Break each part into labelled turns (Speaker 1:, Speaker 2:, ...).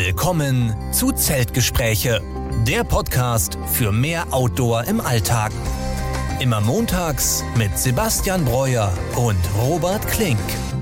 Speaker 1: Willkommen zu Zeltgespräche, der Podcast für mehr Outdoor im Alltag. Immer montags mit Sebastian Breuer und Robert Klink.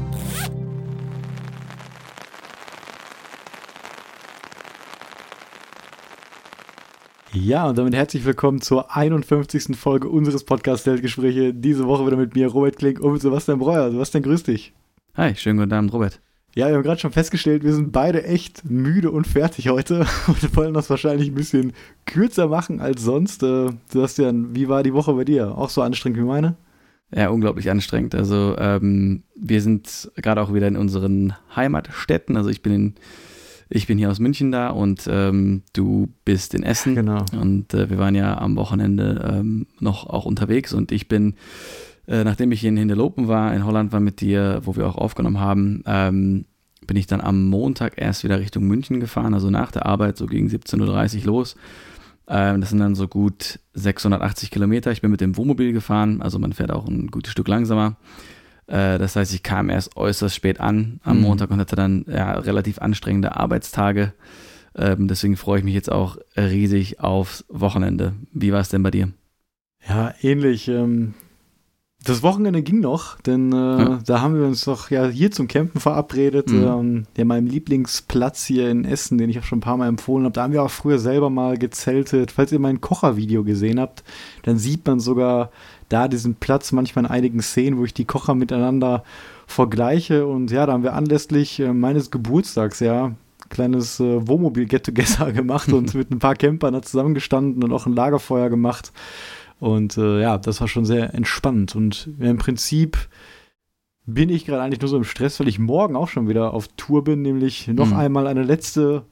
Speaker 2: Ja, und damit herzlich willkommen zur 51. Folge unseres Podcasts Zeltgespräche. Diese Woche wieder mit mir, Robert Klink, und mit Sebastian Breuer. Sebastian, grüß dich.
Speaker 3: Hi, schönen guten Abend, Robert.
Speaker 2: Ja, wir haben gerade schon festgestellt, wir sind beide echt müde und fertig heute und wollen das wahrscheinlich ein bisschen kürzer machen als sonst. Sebastian, wie war die Woche bei dir? Auch so anstrengend wie meine?
Speaker 3: Ja, unglaublich anstrengend. Also wir sind gerade auch wieder in unseren Heimatstädten. Also ich bin hier aus München da und du bist in Essen.
Speaker 2: Genau.
Speaker 3: Und wir waren ja am Wochenende noch auch unterwegs und ich bin, nachdem ich in Hinterlopen war, in Holland war mit dir, wo wir auch aufgenommen haben, bin ich dann am Montag erst wieder Richtung München gefahren, also nach der Arbeit so gegen 17.30 Uhr los. Das sind dann so gut 680 Kilometer. Ich bin mit dem Wohnmobil gefahren, also man fährt auch ein gutes Stück langsamer. Das heißt, ich kam erst äußerst spät an am Montag und hatte dann relativ anstrengende Arbeitstage. Deswegen freue ich mich jetzt auch riesig aufs Wochenende. Wie war es denn bei dir?
Speaker 2: Ja, ähnlich. Das Wochenende ging noch, denn da haben wir uns doch hier zum Campen verabredet. Meinem Lieblingsplatz hier in Essen, den ich auch schon ein paar Mal empfohlen habe. Da haben wir auch früher selber mal gezeltet. Falls ihr mein Kochervideo gesehen habt, dann sieht man sogar da diesen Platz manchmal in einigen Szenen, wo ich die Kocher miteinander vergleiche. Und ja, da haben wir anlässlich meines Geburtstags kleines Wohnmobil-Get-Together gemacht und mit ein paar Campern da zusammengestanden und auch ein Lagerfeuer gemacht. Und das war schon sehr entspannend. Und im Prinzip bin ich gerade eigentlich nur so im Stress, weil ich morgen auch schon wieder auf Tour bin, nämlich noch einmal eine letzte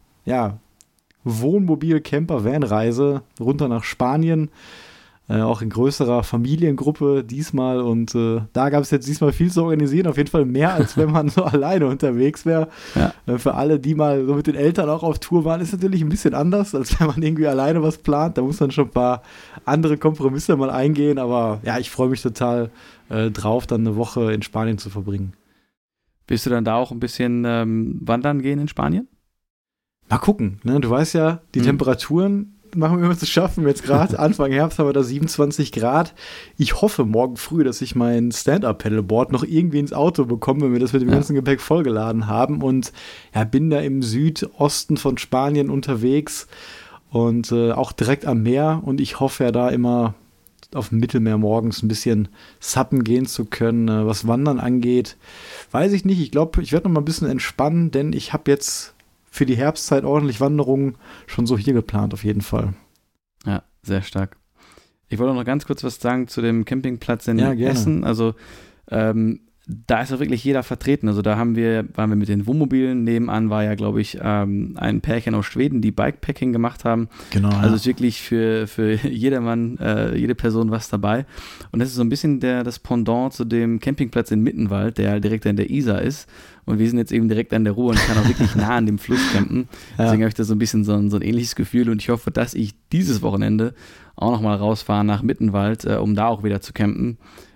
Speaker 2: Wohnmobil-Camper-Van-Reise runter nach Spanien. Auch in größerer Familiengruppe diesmal. Und da gab es jetzt diesmal viel zu organisieren. Auf jeden Fall mehr, als wenn man so alleine unterwegs wäre. Ja. Für alle, die mal so mit den Eltern auch auf Tour waren, ist natürlich ein bisschen anders, als wenn man irgendwie alleine was plant. Da muss man schon ein paar andere Kompromisse mal eingehen. Aber ja, ich freue mich total drauf, dann eine Woche in Spanien zu verbringen.
Speaker 3: Willst du dann da auch ein bisschen wandern gehen in Spanien?
Speaker 2: Mal gucken. Ne? Du weißt ja, die Temperaturen machen wir immer zu schaffen. Jetzt gerade Anfang Herbst haben wir da 27 Grad. Ich hoffe morgen früh, dass ich mein Stand-Up-Paddleboard noch irgendwie ins Auto bekomme, wenn wir das mit dem ganzen Gepäck vollgeladen haben. Und bin da im Südosten von Spanien unterwegs und auch direkt am Meer. Und ich hoffe da immer auf dem Mittelmeer morgens ein bisschen suppen gehen zu können. Was Wandern angeht, weiß ich nicht. Ich glaube, ich werde noch mal ein bisschen entspannen, denn ich habe jetzt für die Herbstzeit ordentlich Wanderungen schon so hier geplant, auf jeden Fall.
Speaker 3: Ja, sehr stark. Ich wollte noch ganz kurz was sagen zu dem Campingplatz in Essen. Also da ist ja wirklich jeder vertreten. Also da waren wir mit den Wohnmobilen. Nebenan war ja, glaube ich, ein Pärchen aus Schweden, die Bikepacking gemacht haben.
Speaker 2: Genau.
Speaker 3: Also ist wirklich für jedermann, jede Person was dabei. Und das ist so ein bisschen das Pendant zu dem Campingplatz in Mittenwald, der halt direkt an der Isar ist. Und wir sind jetzt eben direkt an der Ruhr und ich kann auch wirklich nah an dem Fluss campen. Deswegen habe ich da so ein bisschen so ein ähnliches Gefühl und ich hoffe, dass ich dieses Wochenende auch nochmal rausfahre nach Mittenwald, um da auch wieder zu campen.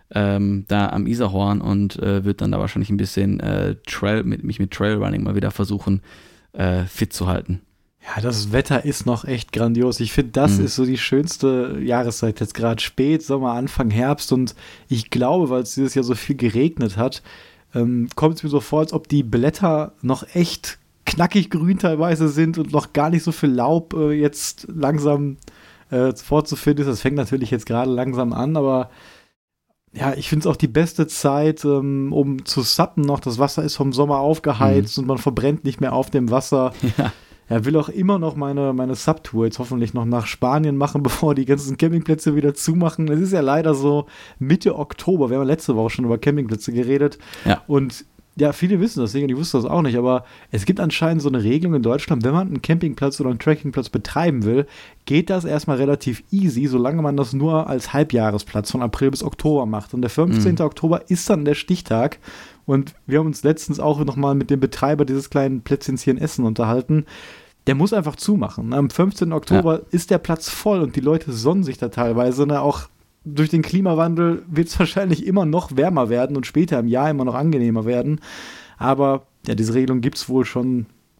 Speaker 3: Da am Isarhorn und wird dann da wahrscheinlich ein bisschen mich mit Trailrunning mal wieder versuchen, fit zu halten.
Speaker 2: Ja, das Wetter ist noch echt grandios. Ich finde, das ist so die schönste Jahreszeit jetzt gerade. Spät, Sommer, Anfang Herbst und ich glaube, weil es dieses Jahr so viel geregnet hat, kommt es mir so vor, als ob die Blätter noch echt knackig grün teilweise sind und noch gar nicht so viel Laub jetzt langsam vorzufinden ist. Das fängt natürlich jetzt gerade langsam an, aber ja, ich finde es auch die beste Zeit, um zu suppen noch. Das Wasser ist vom Sommer aufgeheizt und man verbrennt nicht mehr auf dem Wasser. Ja. Er will auch immer noch meine Subtour jetzt hoffentlich noch nach Spanien machen, bevor die ganzen Campingplätze wieder zumachen. Es ist ja leider so Mitte Oktober. Wir haben letzte Woche schon über Campingplätze geredet. Ja. Und ja, viele wissen das, ich wusste das auch nicht, aber es gibt anscheinend so eine Regelung in Deutschland, wenn man einen Campingplatz oder einen Trekkingplatz betreiben will, geht das erstmal relativ easy, solange man das nur als Halbjahresplatz von April bis Oktober macht. Und der 15. Oktober ist dann der Stichtag. Und wir haben uns letztens auch nochmal mit dem Betreiber dieses kleinen Plätzchens hier in Essen unterhalten. Der muss einfach zumachen. Am 15. Oktober ist der Platz voll und die Leute sonnen sich da teilweise. Auch durch den Klimawandel wird es wahrscheinlich immer noch wärmer werden und später im Jahr immer noch angenehmer werden. Aber ja, diese Regelung gibt es wohl schon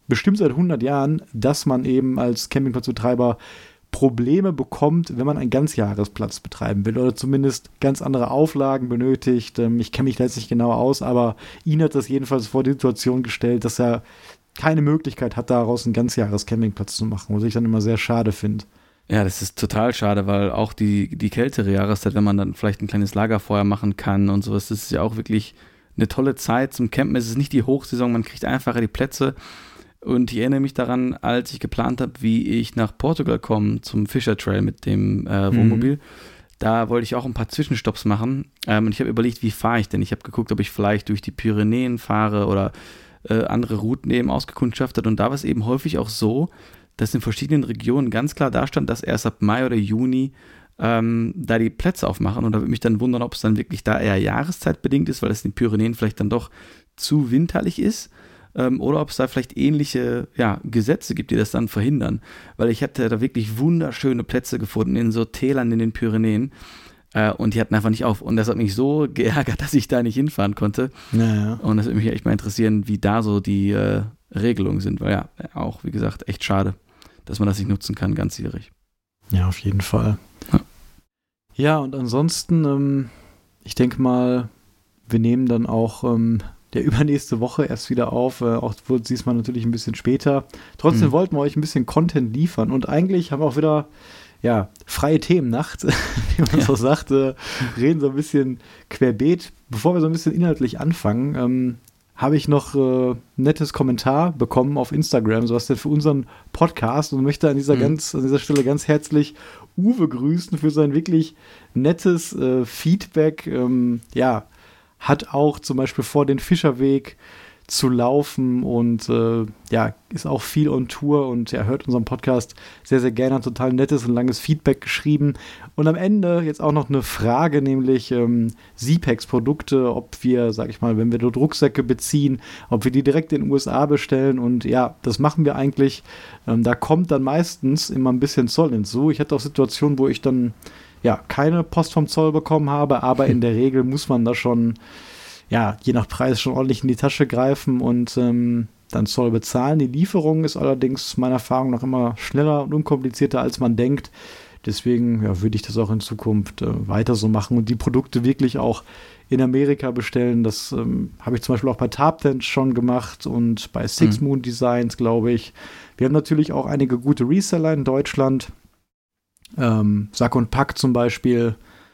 Speaker 2: bestimmt seit 100 Jahren, dass man eben als Campingplatzbetreiber Probleme bekommt, wenn man einen Ganzjahresplatz betreiben will oder zumindest ganz andere Auflagen benötigt. Ich kenne mich da jetzt nicht genau aus, aber ihn hat das jedenfalls vor die Situation gestellt, dass er keine Möglichkeit hat, daraus einen Ganzjahres-Campingplatz zu machen, was ich dann immer sehr schade finde.
Speaker 3: Ja, das ist total schade, weil auch die kältere Jahreszeit, wenn man dann vielleicht ein kleines Lagerfeuer machen kann und sowas, das ist ja auch wirklich eine tolle Zeit zum Campen. Es ist nicht die Hochsaison, man kriegt einfacher die Plätze. Und ich erinnere mich daran, als ich geplant habe, wie ich nach Portugal komme zum Fisher Trail mit dem Wohnmobil. Da wollte ich auch ein paar Zwischenstopps machen. Und ich habe überlegt, wie fahre ich denn? Ich habe geguckt, ob ich vielleicht durch die Pyrenäen fahre oder andere Routen eben ausgekundschaftet. Und da war es eben häufig auch so, dass in verschiedenen Regionen ganz klar da stand, dass erst ab Mai oder Juni da die Plätze aufmachen. Und da würde mich dann wundern, ob es dann wirklich da eher jahreszeitbedingt ist, weil es in den Pyrenäen vielleicht dann doch zu winterlich ist. Oder ob es da vielleicht ähnliche Gesetze gibt, die das dann verhindern. Weil ich hatte da wirklich wunderschöne Plätze gefunden in so Tälern in den Pyrenäen und die hatten einfach nicht auf. Und das hat mich so geärgert, dass ich da nicht hinfahren konnte.
Speaker 2: Naja.
Speaker 3: Und das würde mich echt mal interessieren, wie da so die Regelungen sind. Weil ja, auch wie gesagt, echt schade, dass man das nicht nutzen kann, ganzjährig.
Speaker 2: Ja, auf jeden Fall. Ja, und ansonsten, ich denke mal, wir nehmen dann auch der übernächste Woche erst wieder auf, auch diesmal natürlich ein bisschen später. Trotzdem wollten wir euch ein bisschen Content liefern und eigentlich haben wir auch wieder freie Themennacht, wie man so sagt, reden so ein bisschen querbeet. Bevor wir so ein bisschen inhaltlich anfangen, habe ich noch ein nettes Kommentar bekommen auf Instagram, so was denn für unseren Podcast und möchte an dieser Stelle ganz herzlich Uwe grüßen für sein wirklich nettes Feedback, hat auch zum Beispiel vor, den Fischerweg zu laufen und ist auch viel on Tour und hört unseren Podcast sehr, sehr gerne, hat total nettes und langes Feedback geschrieben. Und am Ende jetzt auch noch eine Frage, nämlich Sipex-Produkte, ob wir, sag ich mal, wenn wir dort Rucksäcke beziehen, ob wir die direkt in den USA bestellen und das machen wir eigentlich. Da kommt dann meistens immer ein bisschen Zoll hinzu. Ich hatte auch Situationen, wo ich dann keine Post vom Zoll bekommen habe, aber in der Regel muss man da schon, je nach Preis schon ordentlich in die Tasche greifen und dann Zoll bezahlen. Die Lieferung ist allerdings meiner Erfahrung nach immer schneller und unkomplizierter, als man denkt. Deswegen würde ich das auch in Zukunft weiter so machen und die Produkte wirklich auch in Amerika bestellen. Das habe ich zum Beispiel auch bei Tarptent schon gemacht und bei Six Moon Designs, glaube ich. Wir haben natürlich auch einige gute Reseller in Deutschland. Sack und Pack zum Beispiel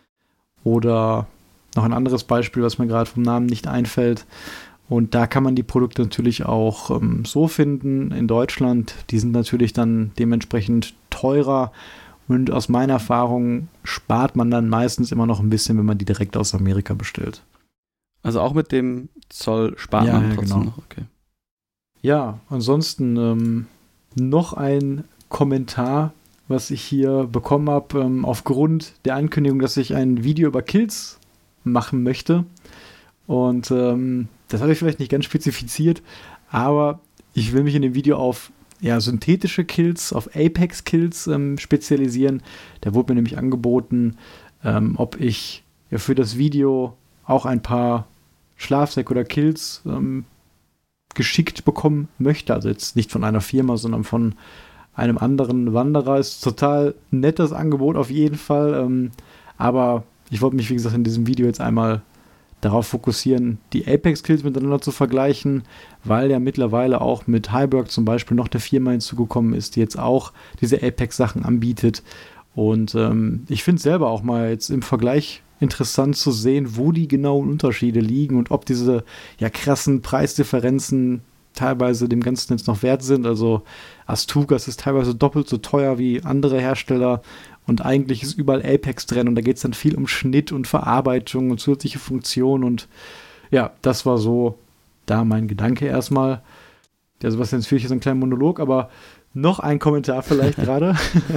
Speaker 2: oder noch ein anderes Beispiel, was mir gerade vom Namen nicht einfällt. Und da kann man die Produkte natürlich auch so finden in Deutschland. Die sind natürlich dann dementsprechend teurer und aus meiner Erfahrung spart man dann meistens immer noch ein bisschen, wenn man die direkt aus Amerika bestellt.
Speaker 3: Also auch mit dem Zoll spart man trotzdem
Speaker 2: genau.
Speaker 3: noch. Okay.
Speaker 2: Ja, ansonsten noch ein Kommentar, was ich hier bekommen habe, aufgrund der Ankündigung, dass ich ein Video über Kills machen möchte. Und das habe ich vielleicht nicht ganz spezifiziert, aber ich will mich in dem Video auf synthetische Kills, auf Apex-Kills spezialisieren. Da wurde mir nämlich angeboten, ob ich für das Video auch ein paar Schlafsäcke oder Kills geschickt bekommen möchte. Also jetzt nicht von einer Firma, sondern von einem anderen Wanderer. Ist total nettes Angebot auf jeden Fall. Aber ich wollte mich, wie gesagt, in diesem Video jetzt einmal darauf fokussieren, die Apex-Kills miteinander zu vergleichen, weil ja mittlerweile auch mit Hyberg zum Beispiel noch eine Firma hinzugekommen ist, die jetzt auch diese Apex-Sachen anbietet. Und ich finde es selber auch mal jetzt im Vergleich interessant zu sehen, wo die genauen Unterschiede liegen und ob diese krassen Preisdifferenzen teilweise dem Ganzen jetzt noch wert sind. Also Astugas ist teilweise doppelt so teuer wie andere Hersteller und eigentlich ist überall Apex drin und da geht es dann viel um Schnitt und Verarbeitung und zusätzliche Funktionen und das war so da mein Gedanke erstmal. Der Sebastian, jetzt führe ich jetzt einen kleinen Monolog, aber noch ein Kommentar vielleicht gerade.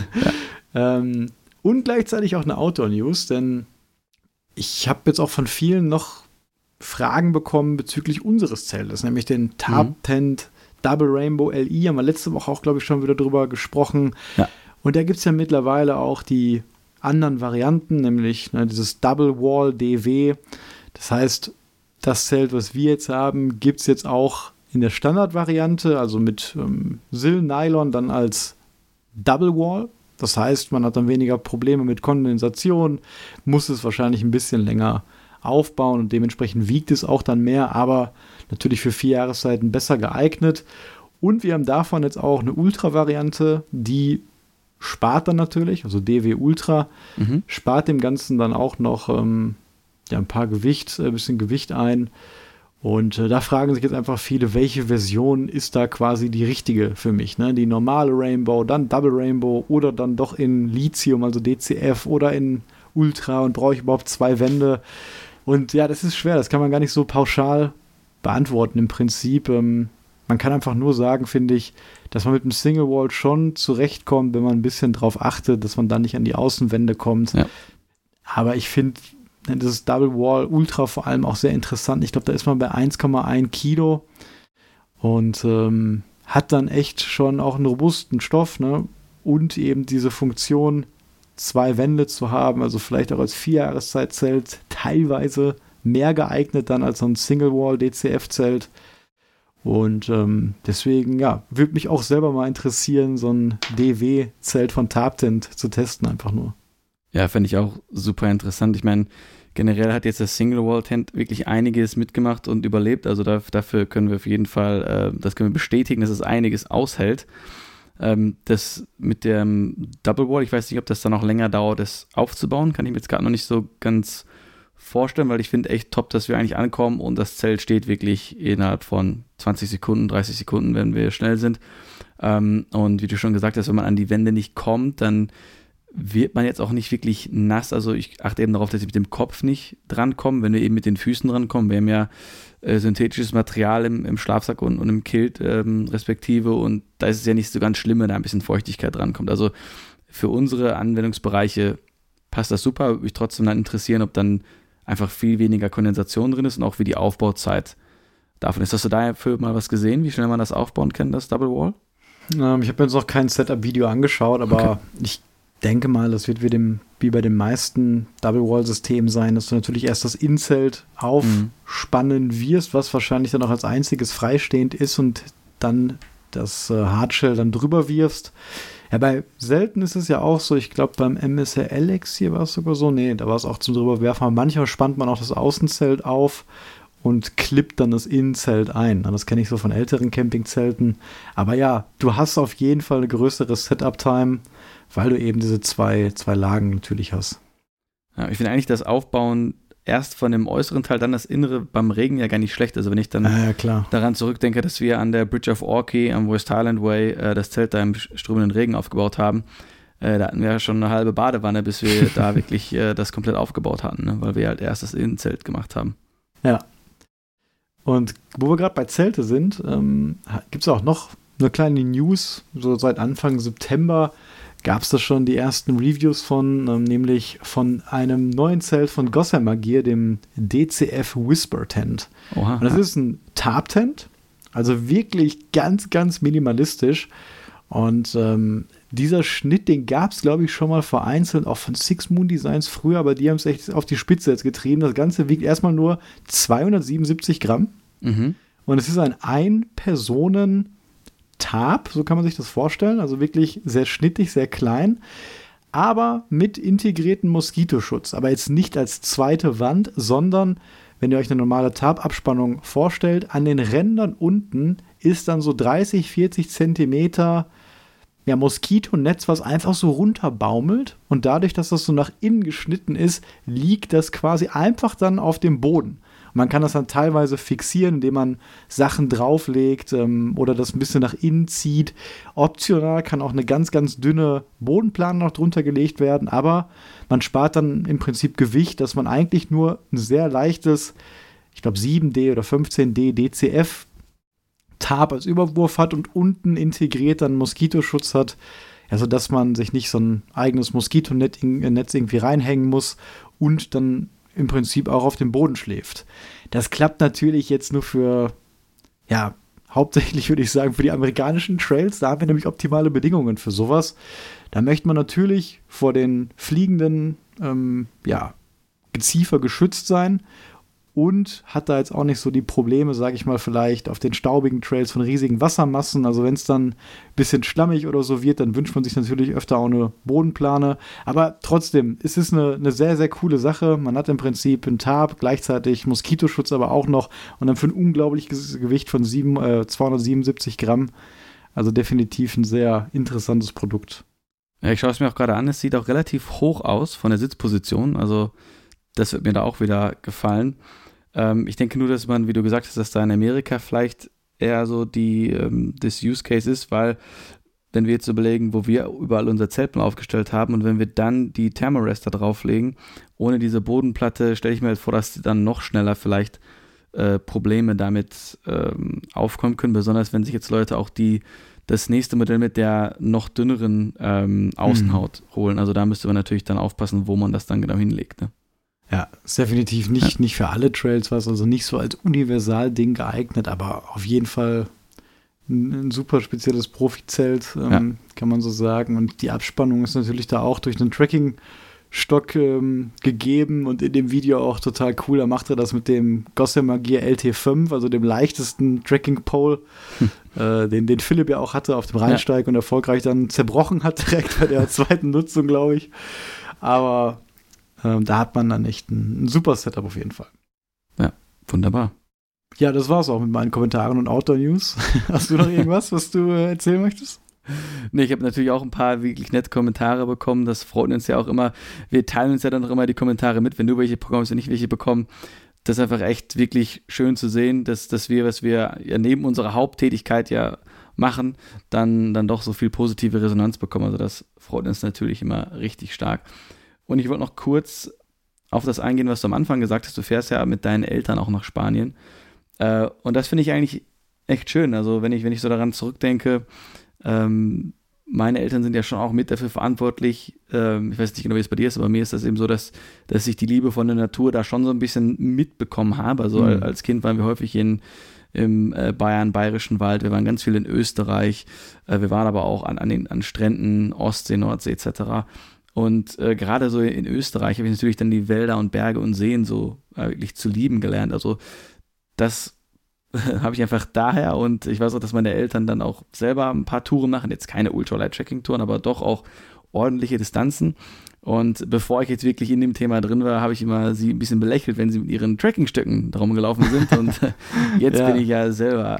Speaker 2: Und gleichzeitig auch eine Outdoor-News, denn ich habe jetzt auch von vielen noch Fragen bekommen bezüglich unseres Zeltes, nämlich den Tarptent Double Rainbow LI. Haben wir letzte Woche auch, glaube ich, schon wieder drüber gesprochen. Ja. Und da gibt es ja mittlerweile auch die anderen Varianten, nämlich dieses Double Wall DW. Das heißt, das Zelt, was wir jetzt haben, gibt es jetzt auch in der Standardvariante, also mit Sil-Nylon, dann als Double Wall. Das heißt, man hat dann weniger Probleme mit Kondensation, muss es wahrscheinlich ein bisschen länger aufbauen und dementsprechend wiegt es auch dann mehr, aber natürlich für 4 Jahreszeiten besser geeignet. Und wir haben davon jetzt auch eine Ultra-Variante, die spart dann natürlich, also DW Ultra, spart dem Ganzen dann auch noch ein bisschen Gewicht ein. Und da fragen sich jetzt einfach viele, welche Version ist da quasi die richtige für mich? Ne? Die normale Rainbow, dann Double Rainbow oder dann doch in Lithium, also DCF oder in Ultra und brauche ich überhaupt 2 Wände? Und ja, das ist schwer, das kann man gar nicht so pauschal beantworten im Prinzip. Man kann einfach nur sagen, finde ich, dass man mit dem Single Wall schon zurechtkommt, wenn man ein bisschen drauf achtet, dass man dann nicht an die Außenwände kommt. Ja. Aber ich finde das Double Wall Ultra vor allem auch sehr interessant. Ich glaube, da ist man bei 1,1 Kilo und hat dann echt schon auch einen robusten Stoff, ne? Und eben diese Funktion, 2 Wände zu haben, also vielleicht auch als 4-Jahreszeit-Zelt teilweise mehr geeignet dann als so ein Single Wall DCF-Zelt. Und deswegen, ja, würde mich auch selber mal interessieren, so ein DW-Zelt von Tarptent zu testen, einfach nur.
Speaker 3: Ja, finde ich auch super interessant. Ich meine, generell hat jetzt das Single-Wall-Tent wirklich einiges mitgemacht und überlebt. Also dafür können wir auf jeden Fall, das können wir bestätigen, dass es einiges aushält. Das mit dem Double Wall, ich weiß nicht, ob das dann noch länger dauert, das aufzubauen, kann ich mir jetzt gerade noch nicht so ganz vorstellen, weil ich finde echt top, dass wir eigentlich ankommen und das Zelt steht wirklich innerhalb von 20 Sekunden, 30 Sekunden, wenn wir schnell sind. Und wie du schon gesagt hast, wenn man an die Wände nicht kommt, dann wird man jetzt auch nicht wirklich nass. Also ich achte eben darauf, dass ich mit dem Kopf nicht drankomme, wenn wir eben mit den Füßen drankommen. Wir haben ja synthetisches Material im Schlafsack und im Kilt respektive und da ist es ja nicht so ganz schlimm, wenn da ein bisschen Feuchtigkeit drankommt. Also für unsere Anwendungsbereiche passt das super. Würde mich trotzdem dann interessieren, ob dann einfach viel weniger Kondensation drin ist und auch wie die Aufbauzeit davon ist. Hast du dafür mal was gesehen, wie schnell man das aufbauen kann, das Double Wall?
Speaker 2: Ich habe mir jetzt noch kein Setup-Video angeschaut, aber ich denke mal, das wird wie bei den meisten Double-Wall-Systemen sein, dass du natürlich erst das Innenzelt aufspannen wirst, was wahrscheinlich dann auch als einziges freistehend ist und dann das Hardshell dann drüber wirfst. Ja, bei selten ist es ja auch so, ich glaube beim MSRLX hier war es sogar so, nee, da war es auch zum drüberwerfen, aber manchmal spannt man auch das Außenzelt auf und klippt dann das Innenzelt ein. Das kenne ich so von älteren Campingzelten. Aber ja, du hast auf jeden Fall eine größere Setup-Time, weil du eben diese zwei Lagen natürlich hast.
Speaker 3: Ja, ich finde eigentlich das Aufbauen erst von dem äußeren Teil, dann das Innere beim Regen ja gar nicht schlecht. Also wenn ich dann daran zurückdenke, dass wir an der Bridge of Orkney am West Highland Way das Zelt da im strömenden Regen aufgebaut haben, da hatten wir ja schon eine halbe Badewanne, bis wir da wirklich das komplett aufgebaut hatten, ne? Weil wir halt erst das Innenzelt gemacht haben.
Speaker 2: Ja. Und wo wir gerade bei Zelte sind, gibt es auch noch eine kleine News. So seit Anfang September gab es da schon die ersten Reviews von, nämlich von einem neuen Zelt von Gossamer Gear, dem DCF Whisper Tent. Oha, und das ist ein Tarp-Tent, also wirklich ganz, ganz minimalistisch. Und dieser Schnitt, den gab es, glaube ich, schon mal vereinzelt, auch von Six Moon Designs früher, aber die haben es echt auf die Spitze jetzt getrieben. Das Ganze wiegt erstmal nur 277 Gramm. Und es ist ein Ein-Personen-Tarp, so kann man sich das vorstellen. Also wirklich sehr schnittig, sehr klein, aber mit integrierten Moskitoschutz. Aber jetzt nicht als zweite Wand, sondern, wenn ihr euch eine normale Tarp-Abspannung vorstellt, an den Rändern unten ist dann so 30, 40 Zentimeter Moskitonetz, was einfach so runterbaumelt. Und dadurch, dass das so nach innen geschnitten ist, liegt das quasi einfach dann auf dem Boden. Und man kann das dann teilweise fixieren, indem man Sachen drauflegt oder das ein bisschen nach innen zieht. Optional kann auch eine ganz, ganz dünne Bodenplane noch drunter gelegt werden, aber man spart dann im Prinzip Gewicht, dass man eigentlich nur ein sehr leichtes, ich glaube 7D oder 15D DCF Tarp als Überwurf hat und unten integriert dann Moskitoschutz hat, also dass man sich nicht so ein eigenes Moskitonetz irgendwie reinhängen muss und dann im Prinzip auch auf dem Boden schläft. Das klappt natürlich jetzt nur für, hauptsächlich würde ich sagen, für die amerikanischen Trails. Da haben wir nämlich optimale Bedingungen für sowas. Da möchte man natürlich vor den fliegenden Geziefer geschützt sein. und hat da jetzt auch nicht so die Probleme, sage ich mal, vielleicht auf den staubigen Trails von riesigen Wassermassen. Also wenn es dann ein bisschen schlammig oder so wird, dann wünscht man sich natürlich öfter auch eine Bodenplane. Aber trotzdem, es ist eine sehr, sehr coole Sache. Man hat im Prinzip einen Tarp, gleichzeitig Moskitoschutz aber auch noch und dann für ein unglaubliches Gewicht von 277 Gramm. Also definitiv ein sehr interessantes Produkt.
Speaker 3: Ja, ich schaue es mir auch gerade an. Es sieht auch relativ hoch aus von der Sitzposition. Also das wird mir da auch wieder gefallen. Ich denke nur, dass man, wie du gesagt hast, dass da in Amerika vielleicht eher so das Use Case ist, weil wenn wir jetzt überlegen, wo wir überall unser Zelt mal aufgestellt haben und wenn wir dann die Thermarest da drauflegen, ohne diese Bodenplatte, stelle ich mir halt vor, dass dann noch schneller vielleicht Probleme damit aufkommen können, besonders wenn sich jetzt Leute auch das nächste Modell mit der noch dünneren Außenhaut holen. Also da müsste man natürlich dann aufpassen, wo man das dann genau hinlegt, ne?
Speaker 2: Ja, ist definitiv nicht für alle Trails was, also nicht so als Universalding geeignet, aber auf jeden Fall ein super spezielles Profizelt, kann man so sagen. Und die Abspannung ist natürlich da auch durch einen Tracking-Stock gegeben und in dem Video auch total cool. Da macht er das mit dem Gossamer Gear LT5, also dem leichtesten Tracking-Pole, den Philipp ja auch hatte auf dem Rheinsteig und erfolgreich dann zerbrochen hat, direkt bei der zweiten Nutzung, glaube ich. Aber da hat man dann echt ein super Setup auf jeden Fall.
Speaker 3: Ja, wunderbar.
Speaker 2: Ja, das war's auch mit meinen Kommentaren und Outdoor-News. Hast du noch irgendwas, was du erzählen möchtest?
Speaker 3: Nee, ich habe natürlich auch ein paar wirklich nette Kommentare bekommen. Das freut uns ja auch immer. Wir teilen uns ja dann auch immer die Kommentare mit, wenn du welche bekommst und ich welche bekommen. Das ist einfach echt wirklich schön zu sehen, dass wir, was wir ja neben unserer Haupttätigkeit ja machen, dann doch so viel positive Resonanz bekommen. Also das freut uns natürlich immer richtig stark. Und ich wollte noch kurz auf das eingehen, was du am Anfang gesagt hast. Du fährst ja mit deinen Eltern auch nach Spanien. Und das finde ich eigentlich echt schön. Also wenn ich so daran zurückdenke, meine Eltern sind ja schon auch mit dafür verantwortlich. Ich weiß nicht genau, wie es bei dir ist, aber mir ist das eben so, dass ich die Liebe von der Natur da schon so ein bisschen mitbekommen habe. Also als Kind waren wir häufig im bayerischen Wald. Wir waren ganz viel in Österreich. Wir waren aber auch an Stränden, Ostsee, Nordsee etc. Und gerade so in Österreich habe ich natürlich dann die Wälder und Berge und Seen so wirklich zu lieben gelernt. Also das habe ich einfach daher und ich weiß auch, dass meine Eltern dann auch selber ein paar Touren machen. Jetzt keine Ultralight-Tracking-Touren, aber doch auch ordentliche Distanzen. Und bevor ich jetzt wirklich in dem Thema drin war, habe ich immer sie ein bisschen belächelt, wenn sie mit ihren Tracking-Stöcken drum gelaufen sind. Und jetzt bin ich ja selber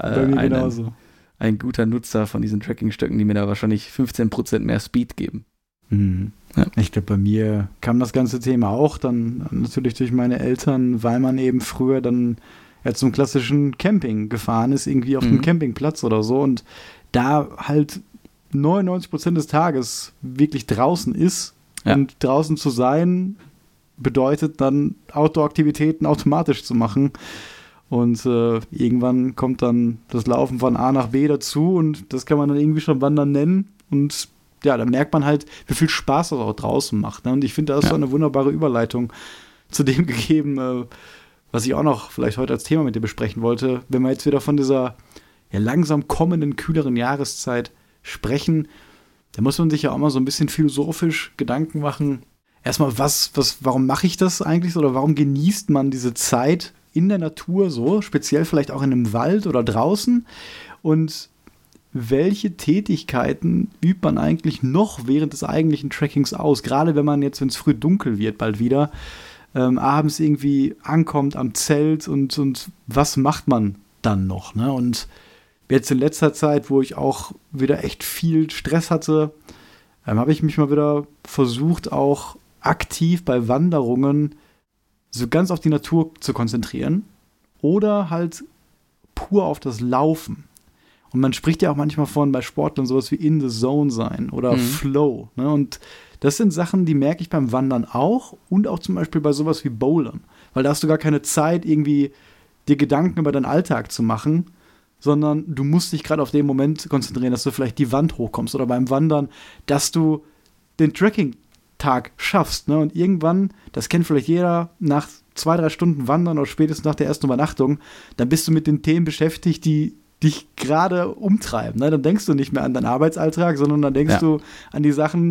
Speaker 3: ein guter Nutzer von diesen Tracking-Stöcken, die mir da wahrscheinlich 15% mehr Speed geben.
Speaker 2: Mhm. Ja. Ich glaube, bei mir kam das ganze Thema auch dann natürlich durch meine Eltern, weil man eben früher dann zum klassischen Camping gefahren ist, irgendwie auf einem Campingplatz oder so und da halt 99% des Tages wirklich draußen ist und draußen zu sein bedeutet dann Outdoor-Aktivitäten automatisch zu machen und irgendwann kommt dann das Laufen von A nach B dazu und das kann man dann irgendwie schon Wandern nennen und ja, da merkt man halt, wie viel Spaß das auch draußen macht. Ne? Und ich finde, da ist so eine wunderbare Überleitung zu dem gegeben, was ich auch noch vielleicht heute als Thema mit dir besprechen wollte. Wenn wir jetzt wieder von dieser langsam kommenden, kühleren Jahreszeit sprechen, da muss man sich ja auch mal so ein bisschen philosophisch Gedanken machen. Erstmal, warum mache ich das eigentlich so? Oder warum genießt man diese Zeit in der Natur so? Speziell vielleicht auch in einem Wald oder draußen. Und welche Tätigkeiten übt man eigentlich noch während des eigentlichen Trackings aus? Gerade wenn man jetzt, wenn es früh dunkel wird, bald wieder, abends irgendwie ankommt am Zelt und was macht man dann noch? Ne? Und jetzt in letzter Zeit, wo ich auch wieder echt viel Stress hatte, habe ich mich mal wieder versucht, auch aktiv bei Wanderungen so ganz auf die Natur zu konzentrieren oder halt pur auf das Laufen. Und man spricht ja auch manchmal bei Sportlern sowas wie in the zone sein oder Flow. Ne? Und das sind Sachen, die merke ich beim Wandern auch und auch zum Beispiel bei sowas wie Bouldern. Weil da hast du gar keine Zeit, irgendwie dir Gedanken über deinen Alltag zu machen, sondern du musst dich gerade auf den Moment konzentrieren, dass du vielleicht die Wand hochkommst oder beim Wandern, dass du den Trekking-Tag schaffst. Ne? Und irgendwann, das kennt vielleicht jeder, nach 2-3 Stunden Wandern oder spätestens nach der ersten Übernachtung, dann bist du mit den Themen beschäftigt, die dich gerade umtreiben. Ne? Dann denkst du nicht mehr an deinen Arbeitsalltag, sondern dann denkst du an die Sachen,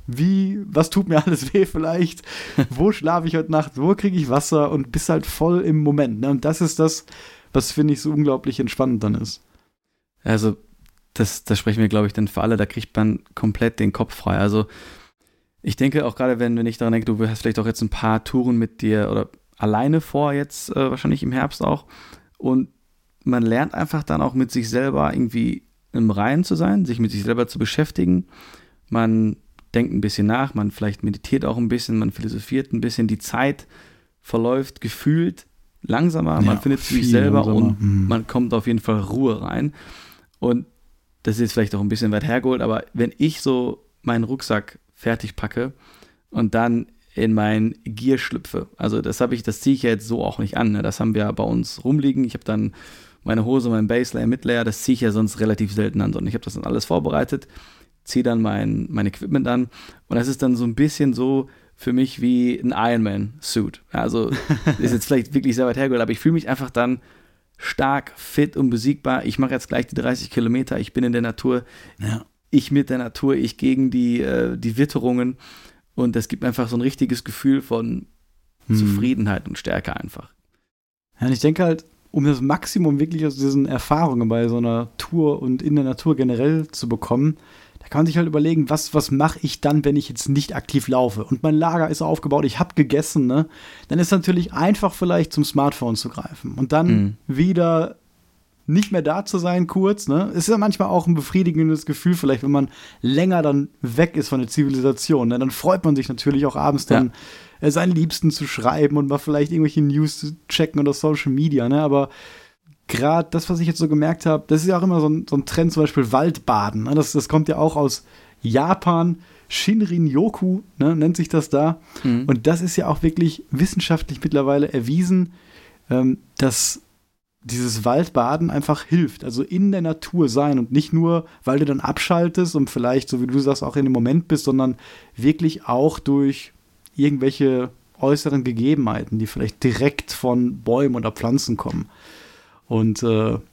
Speaker 2: was tut mir alles weh vielleicht, wo schlafe ich heute Nacht, wo kriege ich Wasser und bist halt voll im Moment. Ne? Und das ist das, was, finde ich, so unglaublich entspannend dann ist.
Speaker 3: Also das sprechen wir, glaube ich, dann für alle, da kriegt man komplett den Kopf frei. Also ich denke auch gerade, wenn ich daran denke, du hast vielleicht auch jetzt ein paar Touren mit dir oder alleine vor jetzt, wahrscheinlich im Herbst auch, und man lernt einfach dann auch mit sich selber irgendwie im Reinen zu sein, sich mit sich selber zu beschäftigen. Man denkt ein bisschen nach, man vielleicht meditiert auch ein bisschen, man philosophiert ein bisschen, die Zeit verläuft gefühlt langsamer, man findet sich selber langsamer. Und man kommt auf jeden Fall Ruhe rein. Und das ist jetzt vielleicht auch ein bisschen weit hergeholt, aber wenn ich so meinen Rucksack fertig packe und dann in mein Gear schlüpfe, also das ziehe ich ja jetzt so auch nicht an, ne? Das haben wir bei uns rumliegen, ich habe dann meine Hose, mein Baselayer, Midlayer, das ziehe ich ja sonst relativ selten an, sondern ich habe das dann alles vorbereitet, ziehe dann mein Equipment an und das ist dann so ein bisschen so für mich wie ein Ironman-Suit. Also ist jetzt vielleicht wirklich sehr weit hergeholt, aber ich fühle mich einfach dann stark, fit und besiegbar. Ich mache jetzt gleich die 30 Kilometer, ich bin in der Natur, ich mit der Natur, ich gegen die Witterungen und das gibt mir einfach so ein richtiges Gefühl von Zufriedenheit und Stärke einfach.
Speaker 2: Ja, und ich denke halt, um das Maximum wirklich aus diesen Erfahrungen bei so einer Tour und in der Natur generell zu bekommen, da kann man sich halt überlegen, was mache ich dann, wenn ich jetzt nicht aktiv laufe und mein Lager ist aufgebaut, ich habe gegessen, ne? Dann ist natürlich einfach vielleicht zum Smartphone zu greifen und dann wieder nicht mehr da zu sein kurz, ne? Es ist ja manchmal auch ein befriedigendes Gefühl vielleicht, wenn man länger dann weg ist von der Zivilisation, ne? Dann freut man sich natürlich auch abends dann seinen Liebsten zu schreiben und mal vielleicht irgendwelche News zu checken oder Social Media, ne? Aber gerade das, was ich jetzt so gemerkt habe, das ist ja auch immer so ein Trend, zum Beispiel Waldbaden. Ne? Das kommt ja auch aus Japan. Shinrin-yoku, ne, nennt sich das da. Und das ist ja auch wirklich wissenschaftlich mittlerweile erwiesen, dass dieses Waldbaden einfach hilft. Also in der Natur sein und nicht nur, weil du dann abschaltest und vielleicht, so wie du sagst, auch in dem Moment bist, sondern wirklich auch durch irgendwelche äußeren Gegebenheiten, die vielleicht direkt von Bäumen oder Pflanzen kommen. Und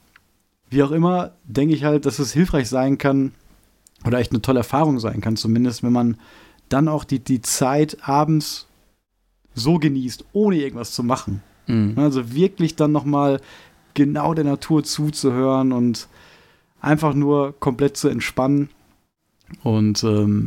Speaker 2: wie auch immer, denke ich halt, dass es hilfreich sein kann oder echt eine tolle Erfahrung sein kann, zumindest wenn man dann auch die Zeit abends so genießt, ohne irgendwas zu machen. Also wirklich dann nochmal genau der Natur zuzuhören und einfach nur komplett zu entspannen und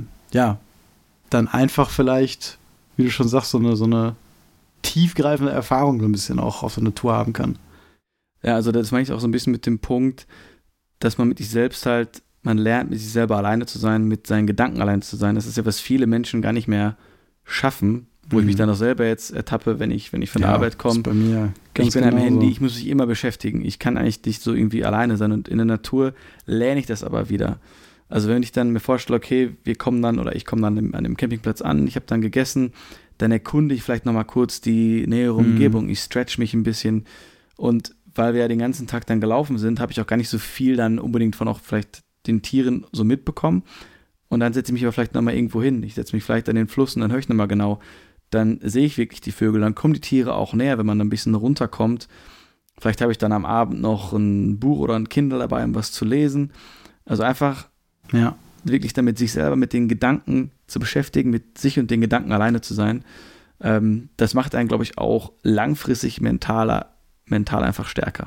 Speaker 2: dann einfach vielleicht, wie du schon sagst, so eine tiefgreifende Erfahrung so ein bisschen auch auf der Natur haben kann.
Speaker 3: Ja, also das meine ich auch so ein bisschen mit dem Punkt, dass man mit sich selbst halt, man lernt mit sich selber alleine zu sein, mit seinen Gedanken alleine zu sein. Das ist ja, was viele Menschen gar nicht mehr schaffen, wo ich mich dann auch selber jetzt ertappe, wenn ich von der Arbeit komme.
Speaker 2: Bei mir
Speaker 3: ich bin am Handy, ich muss mich immer beschäftigen. Ich kann eigentlich nicht so irgendwie alleine sein und in der Natur lerne ich das aber wieder. Also wenn ich dann mir vorstelle, okay, ich komme dann an dem Campingplatz an, ich habe dann gegessen, dann erkunde ich vielleicht nochmal kurz die nähere Umgebung, ich stretch mich ein bisschen und weil wir ja den ganzen Tag dann gelaufen sind, habe ich auch gar nicht so viel dann unbedingt von auch vielleicht den Tieren so mitbekommen. Und dann setze ich mich aber vielleicht nochmal irgendwo hin. Ich setze mich vielleicht an den Fluss und dann höre ich nochmal genau. Dann sehe ich wirklich die Vögel. Dann kommen die Tiere auch näher, wenn man dann ein bisschen runterkommt. Vielleicht habe ich dann am Abend noch ein Buch oder ein Kindle dabei, um was zu lesen. Also einfach wirklich damit sich selber mit den Gedanken zu beschäftigen, mit sich und den Gedanken alleine zu sein. Das macht einen, glaube ich, auch langfristig mental einfach stärker.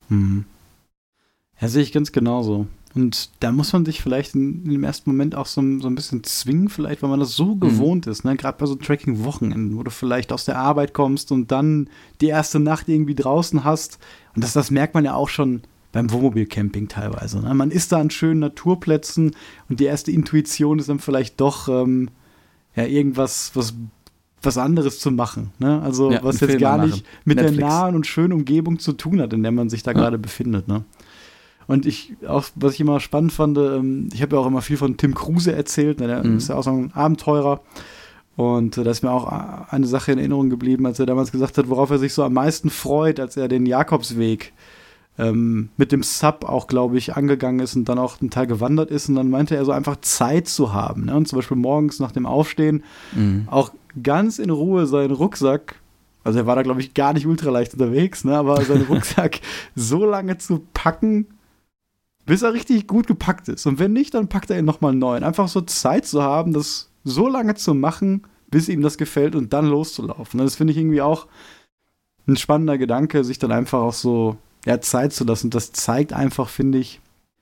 Speaker 2: Ja, sehe ich ganz genauso. Und da muss man sich vielleicht in dem ersten Moment auch so ein bisschen zwingen, vielleicht, weil man das so gewohnt ist, ne? Gerade bei so Tracking-Wochenenden, wo du vielleicht aus der Arbeit kommst und dann die erste Nacht irgendwie draußen hast. Und das merkt man ja auch schon beim Wohnmobil-Camping teilweise. Ne? Man ist da an schönen Naturplätzen und die erste Intuition ist dann vielleicht doch irgendwas, was anderes zu machen. Ne? Also was jetzt gar nicht mit Netflix. Der nahen und schönen Umgebung zu tun hat, in der man sich da gerade befindet. Ne? Und was ich immer spannend fand, ich habe ja auch immer viel von Tim Kruse erzählt, ne? Der ist ja auch so ein Abenteurer. Und da ist mir auch eine Sache in Erinnerung geblieben, als er damals gesagt hat, worauf er sich so am meisten freut, als er den Jakobsweg mit dem Sub auch, glaube ich, angegangen ist und dann auch einen Teil gewandert ist. Und dann meinte er so einfach Zeit zu haben. Ne? Und zum Beispiel morgens nach dem Aufstehen auch ganz in Ruhe seinen Rucksack, also er war da, glaube ich, gar nicht ultraleicht unterwegs, ne? Aber seinen Rucksack so lange zu packen, bis er richtig gut gepackt ist. Und wenn nicht, dann packt er ihn nochmal neu. Einfach so Zeit zu haben, das so lange zu machen, bis ihm das gefällt und dann loszulaufen. Das finde ich irgendwie auch ein spannender Gedanke, sich dann einfach auch so Zeit zu lassen. Das zeigt einfach, finde ich,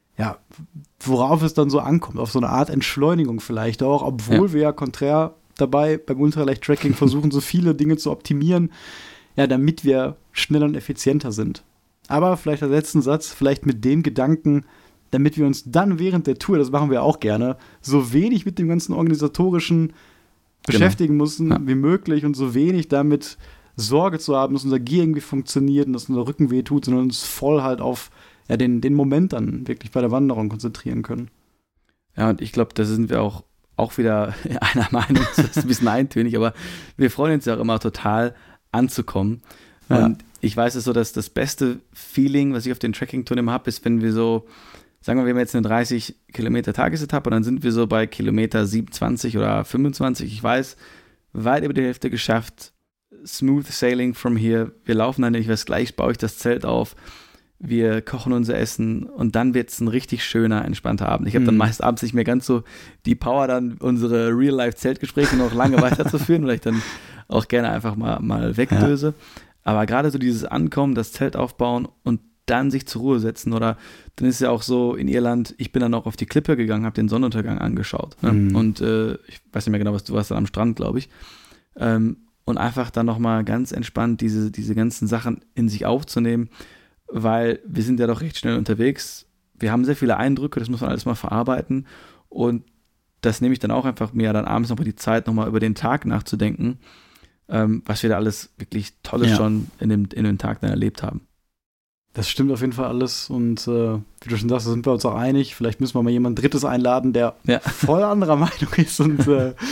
Speaker 2: worauf es dann so ankommt, auf so eine Art Entschleunigung vielleicht auch, obwohl wir ja konträr dabei beim Ultraleicht-Tracking versuchen, so viele Dinge zu optimieren, damit wir schneller und effizienter sind. Aber vielleicht als letzten Satz, vielleicht mit dem Gedanken, damit wir uns dann während der Tour, das machen wir auch gerne, so wenig mit dem ganzen Organisatorischen beschäftigen müssen wie möglich und so wenig damit Sorge zu haben, dass unser Gear irgendwie funktioniert und dass unser Rücken weh tut, sondern uns voll halt auf den Moment dann wirklich bei der Wanderung konzentrieren können.
Speaker 3: Ja, und ich glaube, da sind wir auch wieder einer Meinung, das ist ein bisschen eintönig, aber wir freuen uns ja auch immer total anzukommen. Und ich weiß es so, dass das beste Feeling, was ich auf den Tracking-Touren immer habe, ist, wenn wir so, sagen wir haben jetzt eine 30 Kilometer Tagesetappe und dann sind wir so bei Kilometer 27 oder 25, ich weiß, weit über die Hälfte geschafft, smooth sailing from here, wir laufen dann, ich weiß gleich, baue ich das Zelt auf, wir kochen unser Essen und dann wird es ein richtig schöner, entspannter Abend. Ich habe dann meist abends nicht mehr ganz so die Power, dann unsere Real-Life-Zeltgespräche noch lange weiterzuführen, weil ich dann auch gerne einfach mal wegdöse. Aber gerade so dieses Ankommen, das Zelt aufbauen und dann sich zur Ruhe setzen oder dann ist ja auch so in Irland, ich bin dann auch auf die Klippe gegangen, habe den Sonnenuntergang angeschaut. Ne? Und ich weiß nicht mehr genau, du warst dann am Strand, glaube ich. Und einfach dann nochmal ganz entspannt diese ganzen Sachen in sich aufzunehmen, weil wir sind ja doch recht schnell unterwegs. Wir haben sehr viele Eindrücke, das muss man alles mal verarbeiten und das nehme ich dann auch einfach mir dann abends nochmal die Zeit, nochmal über den Tag nachzudenken, was wir da alles wirklich Tolles schon in dem Tag dann erlebt haben.
Speaker 2: Das stimmt auf jeden Fall alles und wie du schon sagst, da sind wir uns auch einig. Vielleicht müssen wir mal jemand Drittes einladen, der voll anderer Meinung ist und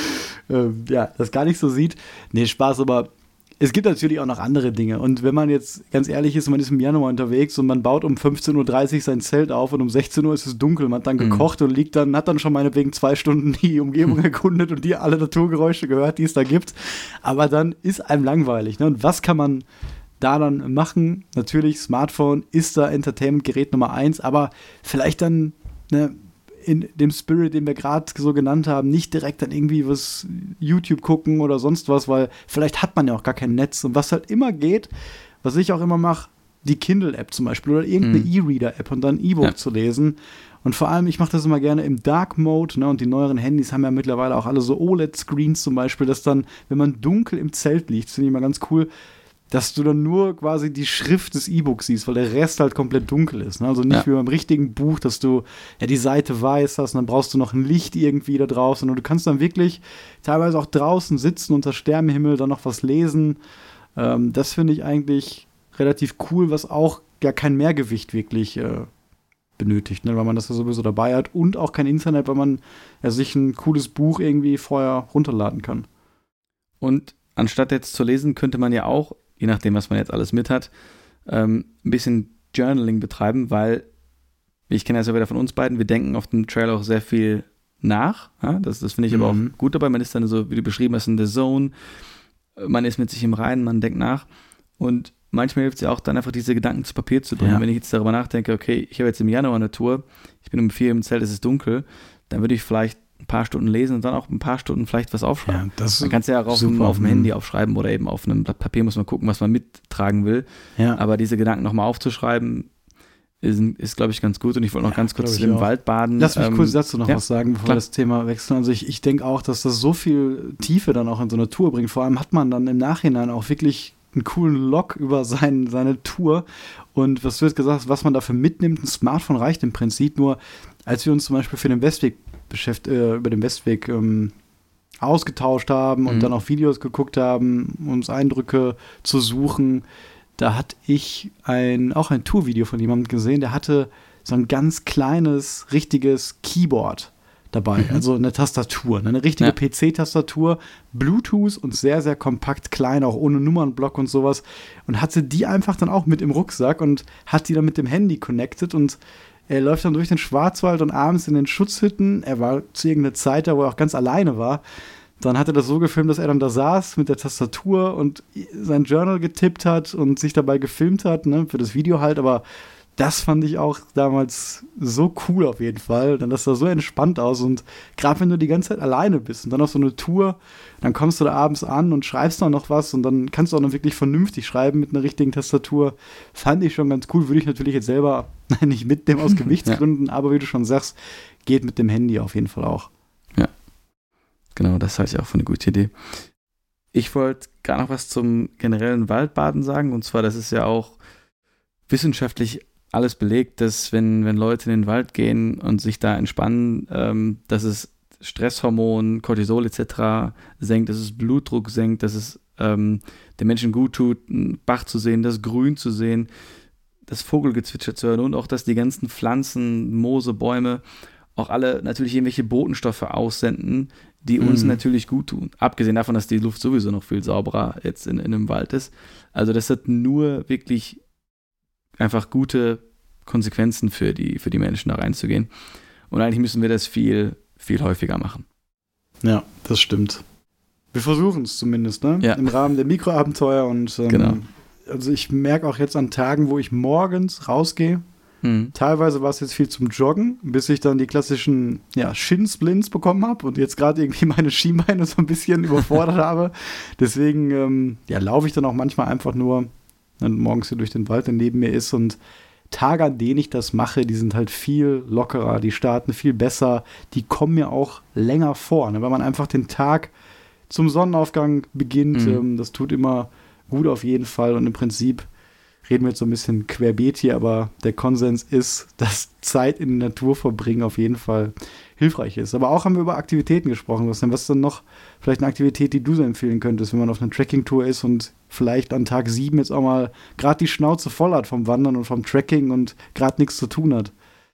Speaker 2: das gar nicht so sieht. Nee, Spaß, aber es gibt natürlich auch noch andere Dinge. Und wenn man jetzt ganz ehrlich ist, man ist im Januar unterwegs und man baut um 15.30 Uhr sein Zelt auf und um 16 Uhr ist es dunkel, man hat dann gekocht und hat dann schon meinetwegen 2 Stunden die Umgebung erkundet und alle Naturgeräusche gehört, die es da gibt. Aber dann ist einem langweilig. Ne? Und was kann man da dann machen? Natürlich, Smartphone ist da Entertainment-Gerät Nummer 1, aber vielleicht dann in dem Spirit, den wir gerade so genannt haben, nicht direkt dann irgendwie was YouTube gucken oder sonst was, weil vielleicht hat man ja auch gar kein Netz. Und was halt immer geht, was ich auch immer mache, die Kindle-App zum Beispiel oder irgendeine E-Reader-App und dann ein E-Book zu lesen. Und vor allem, ich mache das immer gerne im Dark Mode, ne? Und die neueren Handys haben ja mittlerweile auch alle so OLED-Screens zum Beispiel, dass dann, wenn man dunkel im Zelt liegt, das finde ich immer ganz cool, dass du dann nur quasi die Schrift des E-Books siehst, weil der Rest halt komplett dunkel ist. Ne? Also nicht wie beim richtigen Buch, dass du die Seite weiß hast und dann brauchst du noch ein Licht irgendwie da drauf, sondern du kannst dann wirklich teilweise auch draußen sitzen unter Sternenhimmel, dann noch was lesen. Das finde ich eigentlich relativ cool, was auch gar kein Mehrgewicht wirklich benötigt, ne? Weil man das ja sowieso dabei hat und auch kein Internet, weil man sich ein cooles Buch irgendwie vorher runterladen kann.
Speaker 3: Und anstatt jetzt zu lesen, könnte man ja auch, je nachdem, was man jetzt alles mit hat, ein bisschen Journaling betreiben, weil, ich kenne das ja wieder von uns beiden, wir denken auf dem Trail auch sehr viel nach. Ja? Das finde ich aber auch gut dabei. Man ist dann so, wie du beschrieben hast, in der Zone. Man ist mit sich im Reinen, man denkt nach. Und manchmal hilft es ja auch dann einfach, diese Gedanken zu Papier zu bringen. Ja. Wenn ich jetzt darüber nachdenke, okay, ich habe jetzt im Januar eine Tour, ich bin um 4 im Zelt, es ist dunkel, dann würde ich vielleicht ein paar Stunden lesen und dann auch ein paar Stunden vielleicht was aufschreiben. Ja, man kann es ja auch auf dem Handy aufschreiben oder eben auf einem Blatt Papier, muss man gucken, was man mittragen will. Ja. Aber diese Gedanken nochmal aufzuschreiben, ist glaube ich, ganz gut. Und ich wollte noch ganz kurz zu dem Waldbaden.
Speaker 2: Lass mich kurz dazu noch was sagen, bevor wir das Thema wechseln. Also ich denke auch, dass das so viel Tiefe dann auch in so eine Tour bringt. Vor allem hat man dann im Nachhinein auch wirklich einen coolen Log über seine Tour. Und was du jetzt gesagt hast, was man dafür mitnimmt, ein Smartphone reicht im Prinzip. Nur als wir uns zum Beispiel für den Westweg über den Westweg ausgetauscht haben und dann auch Videos geguckt haben, um uns Eindrücke zu suchen. Da hatte ich auch ein Tourvideo von jemandem gesehen, der hatte so ein ganz kleines, richtiges Keyboard dabei, also eine Tastatur, eine richtige PC-Tastatur, Bluetooth und sehr, sehr kompakt klein, auch ohne Nummernblock und sowas und hatte die einfach dann auch mit im Rucksack und hat die dann mit dem Handy connected und er läuft dann durch den Schwarzwald und abends in den Schutzhütten. Er war zu irgendeiner Zeit da, wo er auch ganz alleine war. Dann hat er das so gefilmt, dass er dann da saß mit der Tastatur und sein Journal getippt hat und sich dabei gefilmt hat, ne, für das Video halt. Aber das fand ich auch damals so cool auf jeden Fall. Dann das sah so entspannt aus und gerade wenn du die ganze Zeit alleine bist und dann auf so eine Tour, dann kommst du da abends an und schreibst dann noch was und dann kannst du auch noch wirklich vernünftig schreiben mit einer richtigen Tastatur. Fand ich schon ganz cool. Würde ich natürlich jetzt selber nicht mitnehmen aus Gewichtsgründen, aber wie du schon sagst, geht mit dem Handy auf jeden Fall auch.
Speaker 3: Ja, genau, das halte ich auch für eine gute Idee. Ich wollte gar noch was zum generellen Waldbaden sagen, und zwar, das ist ja auch wissenschaftlich alles belegt, dass wenn Leute in den Wald gehen und sich da entspannen, dass es Stresshormon, Cortisol etc. senkt, dass es Blutdruck senkt, dass es den Menschen gut tut, einen Bach zu sehen, das Grün zu sehen, das Vogelgezwitscher zu hören und auch, dass die ganzen Pflanzen, Moose, Bäume auch alle natürlich irgendwelche Botenstoffe aussenden, die uns natürlich gut tun. Abgesehen davon, dass die Luft sowieso noch viel sauberer jetzt in einem Wald ist. Also das hat nur wirklich einfach gute Konsequenzen für die Menschen da reinzugehen. Und eigentlich müssen wir das viel, viel häufiger machen.
Speaker 2: Ja, das stimmt. Wir versuchen es zumindest, ne?
Speaker 3: Ja.
Speaker 2: Im Rahmen der Mikroabenteuer und
Speaker 3: Genau.
Speaker 2: Also ich merke auch jetzt an Tagen, wo ich morgens rausgehe, teilweise war es jetzt viel zum Joggen, bis ich dann die klassischen Shin-Splints bekommen habe und jetzt gerade irgendwie meine Schienbeine so ein bisschen überfordert habe. Deswegen laufe ich dann auch manchmal einfach nur morgens hier durch den Wald, der neben mir ist, und Tage, an denen ich das mache, die sind halt viel lockerer, die starten viel besser, die kommen mir auch länger vor, ne? Weil man einfach den Tag zum Sonnenaufgang beginnt, das tut immer gut auf jeden Fall, und im Prinzip reden wir jetzt so ein bisschen querbeet hier, aber der Konsens ist, dass Zeit in der Natur verbringen auf jeden Fall hilfreich ist. Aber auch haben wir über Aktivitäten gesprochen. Was ist denn noch vielleicht eine Aktivität, die du so empfehlen könntest, wenn man auf einer Trekking-Tour ist und vielleicht an Tag 7 jetzt auch mal gerade die Schnauze voll hat vom Wandern und vom Trekking und gerade nichts zu tun hat?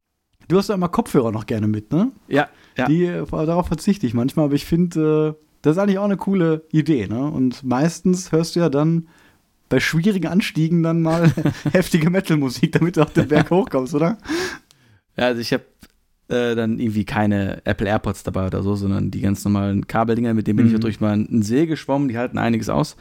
Speaker 2: Du hast ja immer Kopfhörer noch gerne mit, ne?
Speaker 3: Ja.
Speaker 2: Darauf verzichte ich manchmal, aber ich finde, das ist eigentlich auch eine coole Idee, ne? Und meistens hörst du ja dann bei schwierigen Anstiegen dann mal heftige Metal-Musik, damit du auf den Berg hochkommst, oder?
Speaker 3: Ja, also ich habe dann irgendwie keine Apple AirPods dabei oder so, sondern die ganz normalen Kabeldinger, mit denen bin ich ja durch mal einen See geschwommen, die halten einiges aus.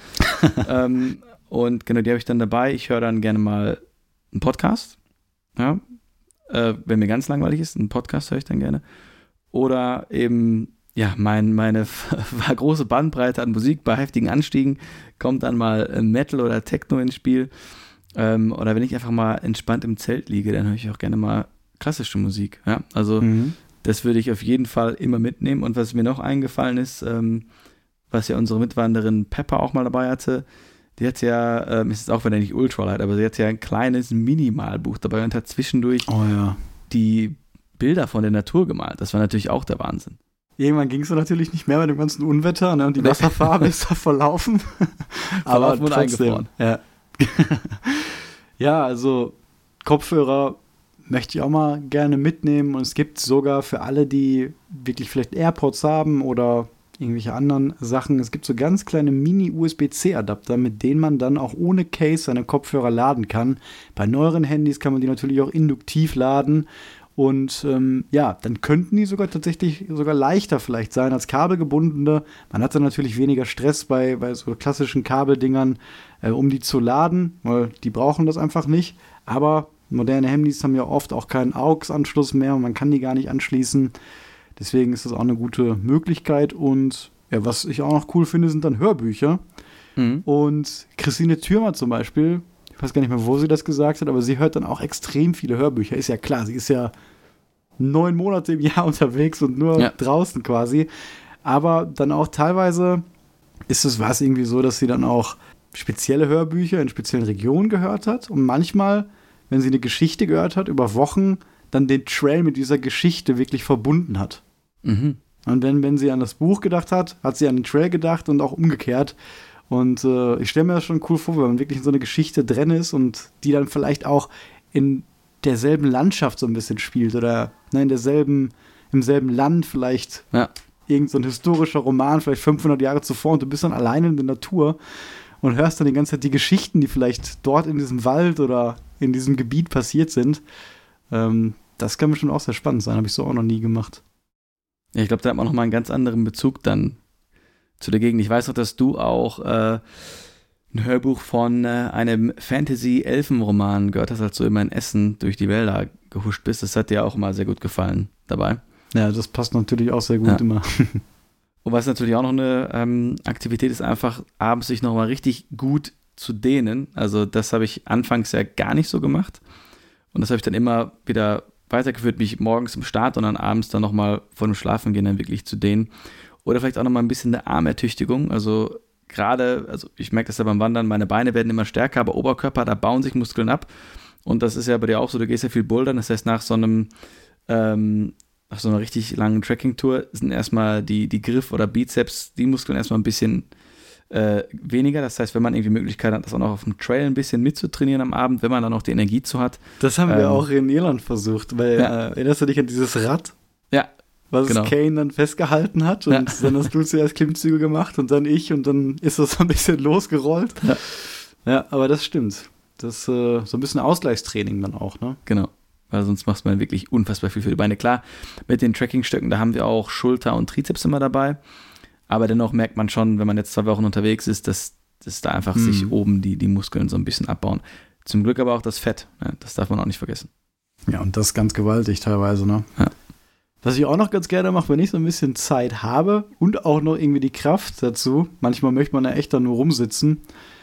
Speaker 3: Und genau, die habe ich dann dabei. Ich höre dann gerne mal einen Podcast. Ja, wenn mir ganz langweilig ist, einen Podcast höre ich dann gerne. Oder eben, ja, meine große Bandbreite an Musik bei heftigen Anstiegen, kommt dann mal Metal oder Techno ins Spiel. Oder wenn ich einfach mal entspannt im Zelt liege, dann höre ich auch gerne mal klassische Musik. Ja, also das würde ich auf jeden Fall immer mitnehmen. Und was mir noch eingefallen ist, was ja unsere Mitwanderin Pepper auch mal dabei hatte, die hat ja, ist jetzt auch wieder nicht Ultralight, aber sie hat ja ein kleines Minimalbuch dabei und hat zwischendurch die Bilder von der Natur gemalt. Das war natürlich auch der Wahnsinn.
Speaker 2: Irgendwann ging es natürlich nicht mehr mit dem ganzen Unwetter, ne? Und die Wasserfarbe ist da verlaufen. Aber
Speaker 3: wurde eingefroren.
Speaker 2: Ja. Ja, also Kopfhörer möchte ich auch mal gerne mitnehmen. Und es gibt sogar für alle, die wirklich vielleicht AirPods haben oder irgendwelche anderen Sachen, es gibt so ganz kleine Mini-USB-C-Adapter, mit denen man dann auch ohne Case seine Kopfhörer laden kann. Bei neueren Handys kann man die natürlich auch induktiv laden. Und dann könnten die sogar tatsächlich leichter vielleicht sein als kabelgebundene. Man hat dann natürlich weniger Stress bei so klassischen Kabeldingern, um die zu laden, weil die brauchen das einfach nicht. Aber moderne Handys haben ja oft auch keinen AUX-Anschluss mehr und man kann die gar nicht anschließen. Deswegen ist das auch eine gute Möglichkeit. Und ja, was ich auch noch cool finde, sind dann Hörbücher. Und Christine Thürmer zum Beispiel, ich weiß gar nicht mehr, wo sie das gesagt hat, aber sie hört dann auch extrem viele Hörbücher. Ist ja klar, sie ist ja 9 Monate im Jahr unterwegs und nur draußen quasi. Aber dann auch teilweise war es irgendwie so, dass sie dann auch spezielle Hörbücher in speziellen Regionen gehört hat. Und manchmal, wenn sie eine Geschichte gehört hat, über Wochen, dann den Trail mit dieser Geschichte wirklich verbunden hat. Und wenn sie an das Buch gedacht hat, hat sie an den Trail gedacht und auch umgekehrt. Und ich stelle mir das schon cool vor, wenn man wirklich in so eine Geschichte drin ist und die dann vielleicht auch in derselben Landschaft so ein bisschen spielt oder im selben Land vielleicht irgend so ein historischer Roman, vielleicht 500 Jahre zuvor, und du bist dann alleine in der Natur und hörst dann die ganze Zeit die Geschichten, die vielleicht dort in diesem Wald oder in diesem Gebiet passiert sind. Das kann bestimmt auch sehr spannend sein, habe ich so auch noch nie gemacht.
Speaker 3: Ja, ich glaube, da hat man nochmal einen ganz anderen Bezug dann zu der Gegend. Ich weiß noch, dass du auch ein Hörbuch von einem Fantasy-Elfen-Roman gehört hast, als du immer in Essen durch die Wälder gehuscht bist. Das hat dir auch immer sehr gut gefallen dabei.
Speaker 2: Ja, das passt natürlich auch sehr gut immer.
Speaker 3: Und was natürlich auch noch eine Aktivität ist, einfach abends sich nochmal richtig gut zu dehnen. Also das habe ich anfangs ja gar nicht so gemacht. Und das habe ich dann immer wieder weitergeführt, mich morgens im Start und dann abends dann nochmal vor dem Schlafengehen dann wirklich zu dehnen. Oder vielleicht auch nochmal ein bisschen eine Armertüchtigung. Also gerade, also ich merke das ja beim Wandern, meine Beine werden immer stärker, aber Oberkörper, da bauen sich Muskeln ab. Und das ist ja bei dir auch so, du gehst ja viel bouldern. Das heißt, nach so einer richtig langen Trekking-Tour sind erstmal die Griff- oder Bizeps, die Muskeln erstmal ein bisschen weniger. Das heißt, wenn man irgendwie Möglichkeit hat, das auch noch auf dem Trail ein bisschen mitzutrainieren am Abend, wenn man dann noch die Energie zu hat.
Speaker 2: Das haben wir auch in Irland versucht, weil erinnerst du dich an dieses Rad?
Speaker 3: Ja.
Speaker 2: Was
Speaker 3: genau.
Speaker 2: Kane dann festgehalten hat und dann hast du zuerst Klimmzüge gemacht und dann ich und dann ist das so ein bisschen losgerollt. Ja, aber das stimmt. Das ist so ein bisschen Ausgleichstraining dann auch, ne?
Speaker 3: Genau. Weil sonst macht man wirklich unfassbar viel für die Beine. Klar, mit den Trekkingstöcken, da haben wir auch Schulter und Trizeps immer dabei. Aber dennoch merkt man schon, wenn man jetzt 2 Wochen unterwegs ist, dass da einfach sich oben die Muskeln so ein bisschen abbauen. Zum Glück aber auch das Fett. Ne? Das darf man auch nicht vergessen.
Speaker 2: Ja, und das ist ganz gewaltig teilweise, ne?
Speaker 3: Ja.
Speaker 2: Was ich auch noch ganz gerne mache, wenn ich so ein bisschen Zeit habe und auch noch irgendwie die Kraft dazu. Manchmal möchte man ja echt da nur rumsitzen.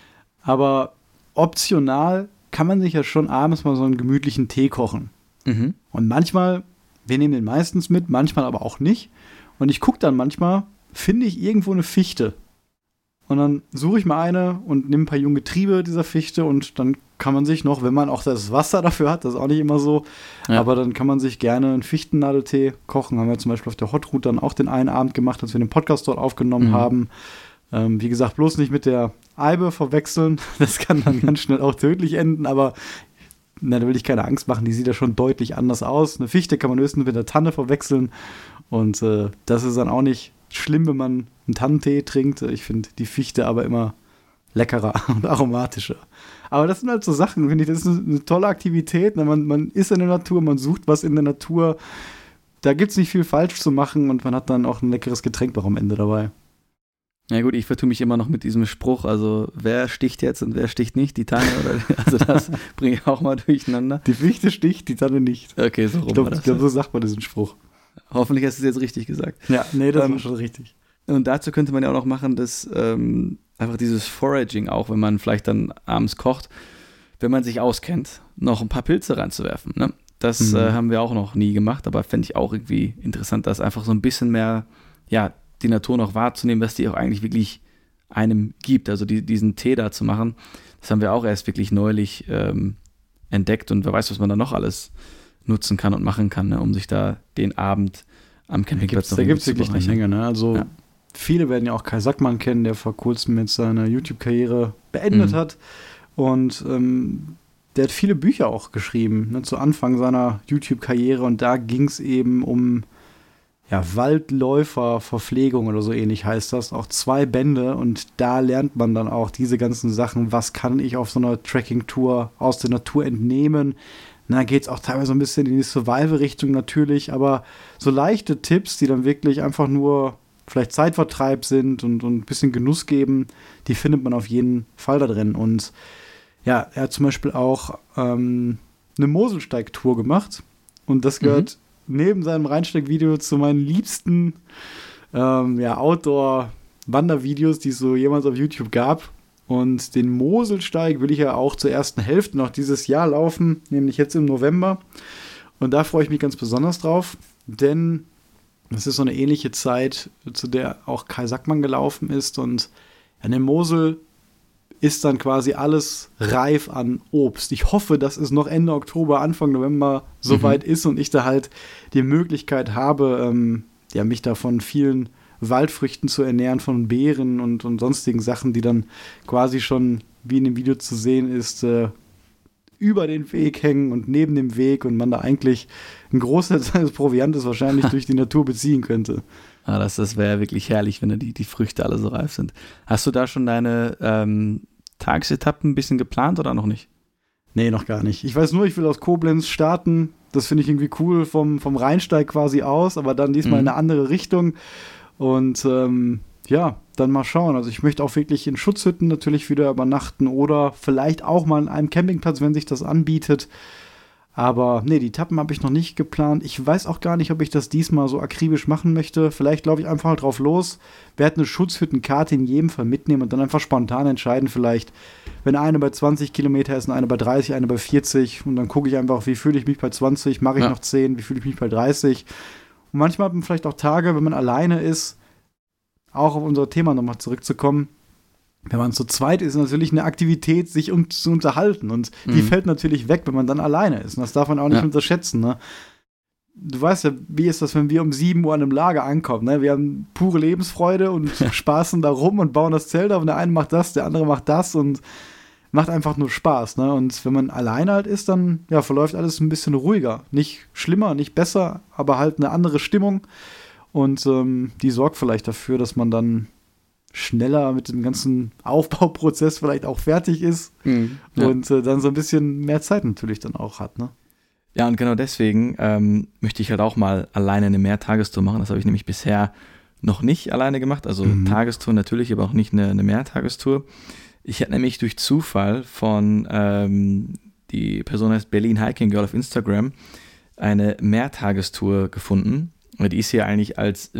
Speaker 2: Aber optional kann man sich ja schon abends mal so einen gemütlichen Tee kochen.
Speaker 3: Mhm.
Speaker 2: Und manchmal, wir nehmen den meistens mit, manchmal aber auch nicht. Und ich gucke dann manchmal, finde ich irgendwo eine Fichte. Und dann suche ich mal eine und nehme ein paar junge Triebe dieser Fichte und dann kann man sich noch, wenn man auch das Wasser dafür hat, das ist auch nicht immer so, aber dann kann man sich gerne einen Fichtennadeltee kochen. Haben wir zum Beispiel auf der Hot Route dann auch den einen Abend gemacht, als wir den Podcast dort aufgenommen haben. Wie gesagt, bloß nicht mit der Eibe verwechseln. Das kann dann ganz schnell auch tödlich enden, aber da will ich keine Angst machen, die sieht ja schon deutlich anders aus. Eine Fichte kann man höchstens mit der Tanne verwechseln und das ist dann auch nicht schlimm, wenn man einen Tannentee trinkt. Ich finde die Fichte aber immer leckerer und aromatischer. Aber das sind halt so Sachen, finde ich, das ist eine tolle Aktivität. Man ist in der Natur, man sucht was in der Natur. Da gibt es nicht viel falsch zu machen und man hat dann auch ein leckeres Getränk noch am Ende dabei.
Speaker 3: Ja gut, ich vertue mich immer noch mit diesem Spruch, also wer sticht jetzt und wer sticht nicht, die Tanne oder, also das bringe ich auch mal durcheinander.
Speaker 2: Die Fichte sticht, die Tanne nicht.
Speaker 3: Okay, so rum.
Speaker 2: Ich glaube, so sagt man diesen Spruch.
Speaker 3: Hoffentlich hast du es jetzt richtig gesagt.
Speaker 2: Ja, nee, das war schon richtig.
Speaker 3: Und dazu könnte man ja auch noch machen, dass einfach dieses Foraging, auch wenn man vielleicht dann abends kocht, wenn man sich auskennt, noch ein paar Pilze reinzuwerfen. Ne? Das haben wir auch noch nie gemacht, aber fände ich auch irgendwie interessant, dass einfach so ein bisschen mehr, ja, die Natur noch wahrzunehmen, was die auch eigentlich wirklich einem gibt. Also diesen Tee da zu machen, das haben wir auch erst wirklich neulich entdeckt und wer weiß, was man da noch alles nutzen kann und machen kann, ne, um sich da den Abend am Campingplatz
Speaker 2: da gibt es wirklich eine Menge. Ne? Also viele werden ja auch Kai Sackmann kennen, der vor kurzem mit seiner YouTube-Karriere beendet hat und der hat viele Bücher auch geschrieben, ne, zu Anfang seiner YouTube-Karriere und da ging es eben um Waldläuferverpflegung oder so ähnlich heißt das, auch 2 Bände und da lernt man dann auch diese ganzen Sachen, was kann ich auf so einer Trekking-Tour aus der Natur entnehmen. Da geht es auch teilweise ein bisschen in die Survival-Richtung natürlich, aber so leichte Tipps, die dann wirklich einfach nur vielleicht Zeitvertreib sind und ein bisschen Genuss geben, die findet man auf jeden Fall da drin. Und ja, er hat zum Beispiel auch eine Moselsteig-Tour gemacht und das gehört neben seinem Rheinsteig-Video zu meinen liebsten Outdoor-Wandervideos, die es so jemals auf YouTube gab. Und den Moselsteig will ich ja auch zur ersten Hälfte noch dieses Jahr laufen, nämlich jetzt im November. Und da freue ich mich ganz besonders drauf, denn das ist so eine ähnliche Zeit, zu der auch Kai Sackmann gelaufen ist. Und an der Mosel ist dann quasi alles reif an Obst. Ich hoffe, dass es noch Ende Oktober, Anfang November soweit ist und ich da halt die Möglichkeit habe, mich da von vielen Waldfrüchten zu ernähren, von Beeren und sonstigen Sachen, die dann quasi schon, wie in dem Video zu sehen ist, über den Weg hängen und neben dem Weg und man da eigentlich einen Großteil seines Proviantes wahrscheinlich durch die Natur beziehen könnte.
Speaker 3: Ah, das wäre wirklich herrlich, wenn da die Früchte alle so reif sind. Hast du da schon deine Tagesetappen ein bisschen geplant oder noch nicht?
Speaker 2: Nee, noch gar nicht. Ich weiß nur, ich will aus Koblenz starten. Das finde ich irgendwie cool vom Rheinsteig quasi aus, aber dann diesmal in eine andere Richtung. Und ja, dann mal schauen. Also ich möchte auch wirklich in Schutzhütten natürlich wieder übernachten oder vielleicht auch mal an einem Campingplatz, wenn sich das anbietet. Aber nee, die Etappen habe ich noch nicht geplant. Ich weiß auch gar nicht, ob ich das diesmal so akribisch machen möchte. Vielleicht laufe ich einfach mal drauf los, werde eine Schutzhüttenkarte in jedem Fall mitnehmen und dann einfach spontan entscheiden vielleicht, wenn eine bei 20 Kilometer ist und eine bei 30, eine bei 40 und dann gucke ich einfach, wie fühle ich mich bei 20, mache ich noch 10, wie fühle ich mich bei 30. Und manchmal hat man vielleicht auch Tage, wenn man alleine ist, auch auf unser Thema nochmal zurückzukommen. Wenn man zu zweit ist, natürlich eine Aktivität, sich zu unterhalten. Und die fällt natürlich weg, wenn man dann alleine ist. Und das darf man auch nicht unterschätzen. Ne? Du weißt ja, wie ist das, wenn wir um 7 Uhr an einem Lager ankommen? Ne? Wir haben pure Lebensfreude und spaßen da rum und bauen das Zelt auf. Und der eine macht das, der andere macht das und macht einfach nur Spaß. Ne? Und wenn man alleine halt ist, dann verläuft alles ein bisschen ruhiger. Nicht schlimmer, nicht besser, aber halt eine andere Stimmung. Und die sorgt vielleicht dafür, dass man dann schneller mit dem ganzen Aufbauprozess vielleicht auch fertig ist und dann so ein bisschen mehr Zeit natürlich dann auch hat, ne?
Speaker 3: Ja, und genau deswegen möchte ich halt auch mal alleine eine Mehrtagestour machen. Das habe ich nämlich bisher noch nicht alleine gemacht. Also Tagestour natürlich, aber auch nicht eine Mehrtagestour. Ich hatte nämlich durch Zufall von, die Person heißt Berlin Hiking Girl auf Instagram, eine Mehrtagestour gefunden. Die ist hier eigentlich als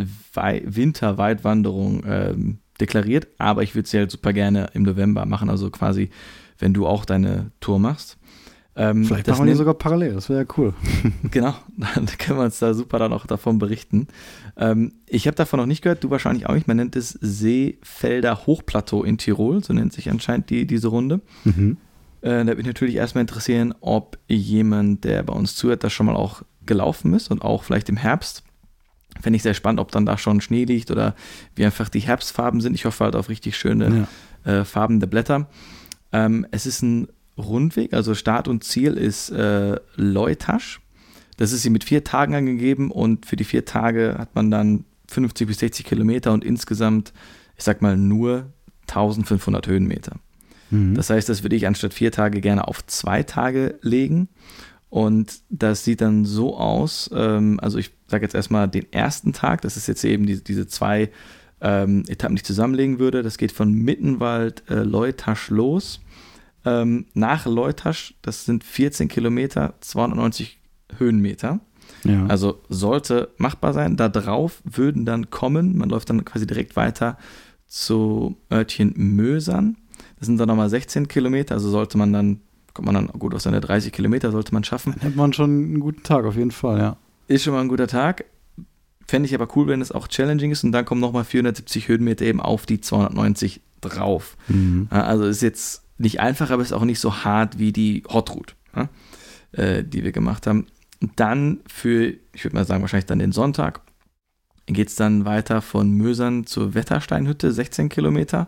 Speaker 3: Winterweitwanderung deklariert, aber ich würde sie halt super gerne im November machen, also quasi, wenn du auch deine Tour machst.
Speaker 2: Vielleicht machen wir die sogar parallel, das wäre ja cool.
Speaker 3: Genau, dann können wir uns da super dann auch davon berichten. Ich habe davon noch nicht gehört, du wahrscheinlich auch nicht, man nennt es Seefelder Hochplateau in Tirol, so nennt sich anscheinend diese Runde. Da würde mich natürlich erstmal interessieren, ob jemand, der bei uns zuhört, das schon mal auch gelaufen ist und auch vielleicht im Herbst. Fände ich sehr spannend, ob dann da schon Schnee liegt oder wie einfach die Herbstfarben sind. Ich hoffe halt auf richtig schöne Farben der Blätter. Es ist ein Rundweg, also Start und Ziel ist Leutasch. Das ist hier mit 4 Tagen angegeben und für die 4 Tage hat man dann 50 bis 60 Kilometer und insgesamt, ich sag mal, nur 1500 Höhenmeter. Das heißt, das würde ich anstatt 4 Tage gerne auf 2 Tage legen. Und das sieht dann so aus, also ich sage jetzt erstmal den ersten Tag, das ist jetzt eben diese 2 Etappen, die ich zusammenlegen würde. Das geht von Mittenwald, Leutasch los. Nach Leutasch, das sind 14 Kilometer, 290 Höhenmeter. Ja. Also sollte machbar sein. Da drauf würden dann kommen, man läuft dann quasi direkt weiter zu Örtchen Mösern. Das sind dann nochmal 16 Kilometer, also kommt man dann gut auf seine 30 Kilometer, sollte man schaffen.
Speaker 2: Dann hat man schon einen guten Tag auf jeden Fall, ja.
Speaker 3: Ist schon mal ein guter Tag. Fände ich aber cool, wenn es auch challenging ist und dann kommen nochmal 470 Höhenmeter eben auf die 290 drauf. Also ist jetzt nicht einfach, aber ist auch nicht so hart wie die Hot Route, die wir gemacht haben. Und dann ich würde mal sagen, wahrscheinlich dann den Sonntag, geht es dann weiter von Mösern zur Wettersteinhütte, 16 Kilometer,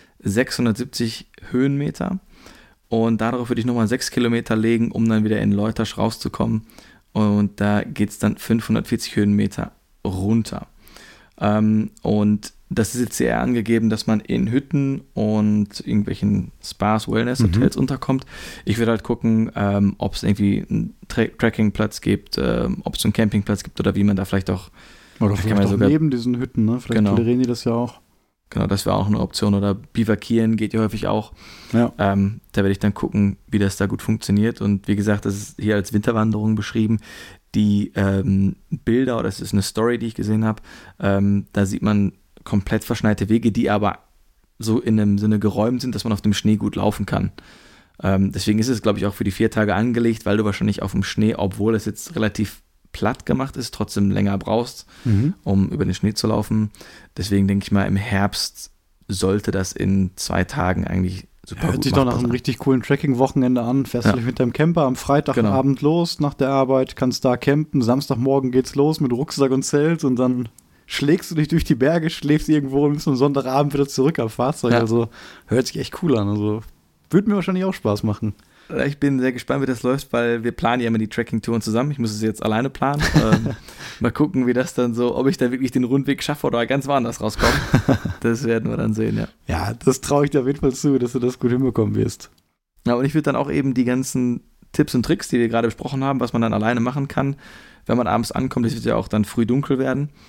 Speaker 3: 670 Höhenmeter. Und darauf würde ich nochmal 6 Kilometer legen, um dann wieder in Leutasch rauszukommen. Und da geht es dann 540 Höhenmeter runter. Und das ist jetzt sehr angegeben, dass man in Hütten und irgendwelchen Spas, Wellness-Hotels unterkommt. Ich würde halt gucken, ob es irgendwie einen Trekkingplatz gibt, ob es einen Campingplatz gibt oder wie man da vielleicht auch...
Speaker 2: Oder vielleicht auch sogar neben diesen Hütten, ne? Vielleicht tolerieren die das ja auch.
Speaker 3: Genau, das wäre auch eine Option. Oder Bivakieren geht ja häufig auch. Ja. Da werde ich dann gucken, wie das da gut funktioniert. Und wie gesagt, das ist hier als Winterwanderung beschrieben. Die Bilder, oder es ist eine Story, die ich gesehen habe, da sieht man komplett verschneite Wege, die aber so in einem Sinne geräumt sind, dass man auf dem Schnee gut laufen kann. Deswegen ist es, glaube ich, auch für die 4 Tage angelegt, weil du wahrscheinlich auf dem Schnee, obwohl es jetzt relativ platt gemacht ist, trotzdem länger brauchst, um über den Schnee zu laufen. Deswegen denke ich mal, im Herbst sollte das in 2 Tagen eigentlich super gut
Speaker 2: hört sich doch nach einem richtig coolen Trekking-Wochenende an. Fährst du dich mit deinem Camper am Freitagabend los nach der Arbeit, kannst da campen, Samstagmorgen geht's los mit Rucksack und Zelt und dann schlägst du dich durch die Berge, schläfst irgendwo und bist am Sonntagabend wieder zurück am Fahrzeug. Ja. Also hört sich echt cool an. Also würde mir wahrscheinlich auch Spaß machen.
Speaker 3: Ich bin sehr gespannt, wie das läuft, weil wir planen ja immer die Trekking-Touren zusammen. Ich muss es jetzt alleine planen. Mal gucken, wie das dann so, ob ich da wirklich den Rundweg schaffe oder ganz woanders rauskomme. Das werden wir dann sehen, ja.
Speaker 2: Ja, das traue ich dir auf jeden Fall zu, dass du das gut hinbekommen wirst.
Speaker 3: Ja, und ich würde dann auch eben die ganzen Tipps und Tricks, die wir gerade besprochen haben, was man dann alleine machen kann, wenn man abends ankommt, es wird ja auch dann früh dunkel werden,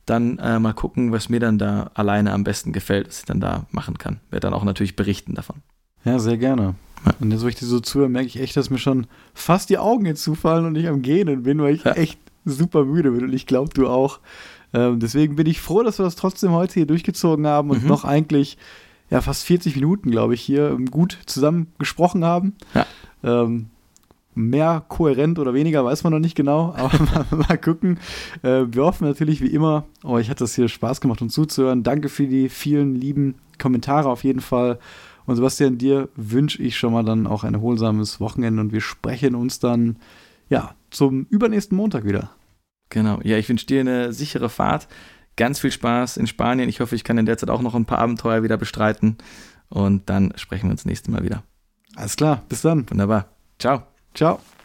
Speaker 3: dann mal gucken, was mir dann da alleine am besten gefällt, was ich dann da machen kann. Werde dann auch natürlich berichten davon.
Speaker 2: Ja, sehr gerne. Ja. Und jetzt, wo ich dir so zuhöre, merke ich echt, dass mir schon fast die Augen jetzt zufallen und ich am Gähnen bin, weil ich echt super müde bin und ich glaube, du auch. Deswegen bin ich froh, dass wir das trotzdem heute hier durchgezogen haben und noch eigentlich fast 40 Minuten, glaube ich, hier gut zusammen gesprochen haben. Ja. Mehr kohärent oder weniger, weiß man noch nicht genau, aber mal gucken. Wir hoffen natürlich wie immer, euch hat das hier Spaß gemacht, uns zuzuhören. Danke für die vielen lieben Kommentare auf jeden Fall. Und Sebastian, dir wünsche ich schon mal dann auch ein erholsames Wochenende und wir sprechen uns dann zum übernächsten Montag wieder.
Speaker 3: Genau, ja, ich wünsche dir eine sichere Fahrt, ganz viel Spaß in Spanien. Ich hoffe, ich kann in der Zeit auch noch ein paar Abenteuer wieder bestreiten und dann sprechen wir uns nächstes Mal wieder.
Speaker 2: Alles klar, bis dann.
Speaker 3: Wunderbar. Ciao.
Speaker 2: Ciao.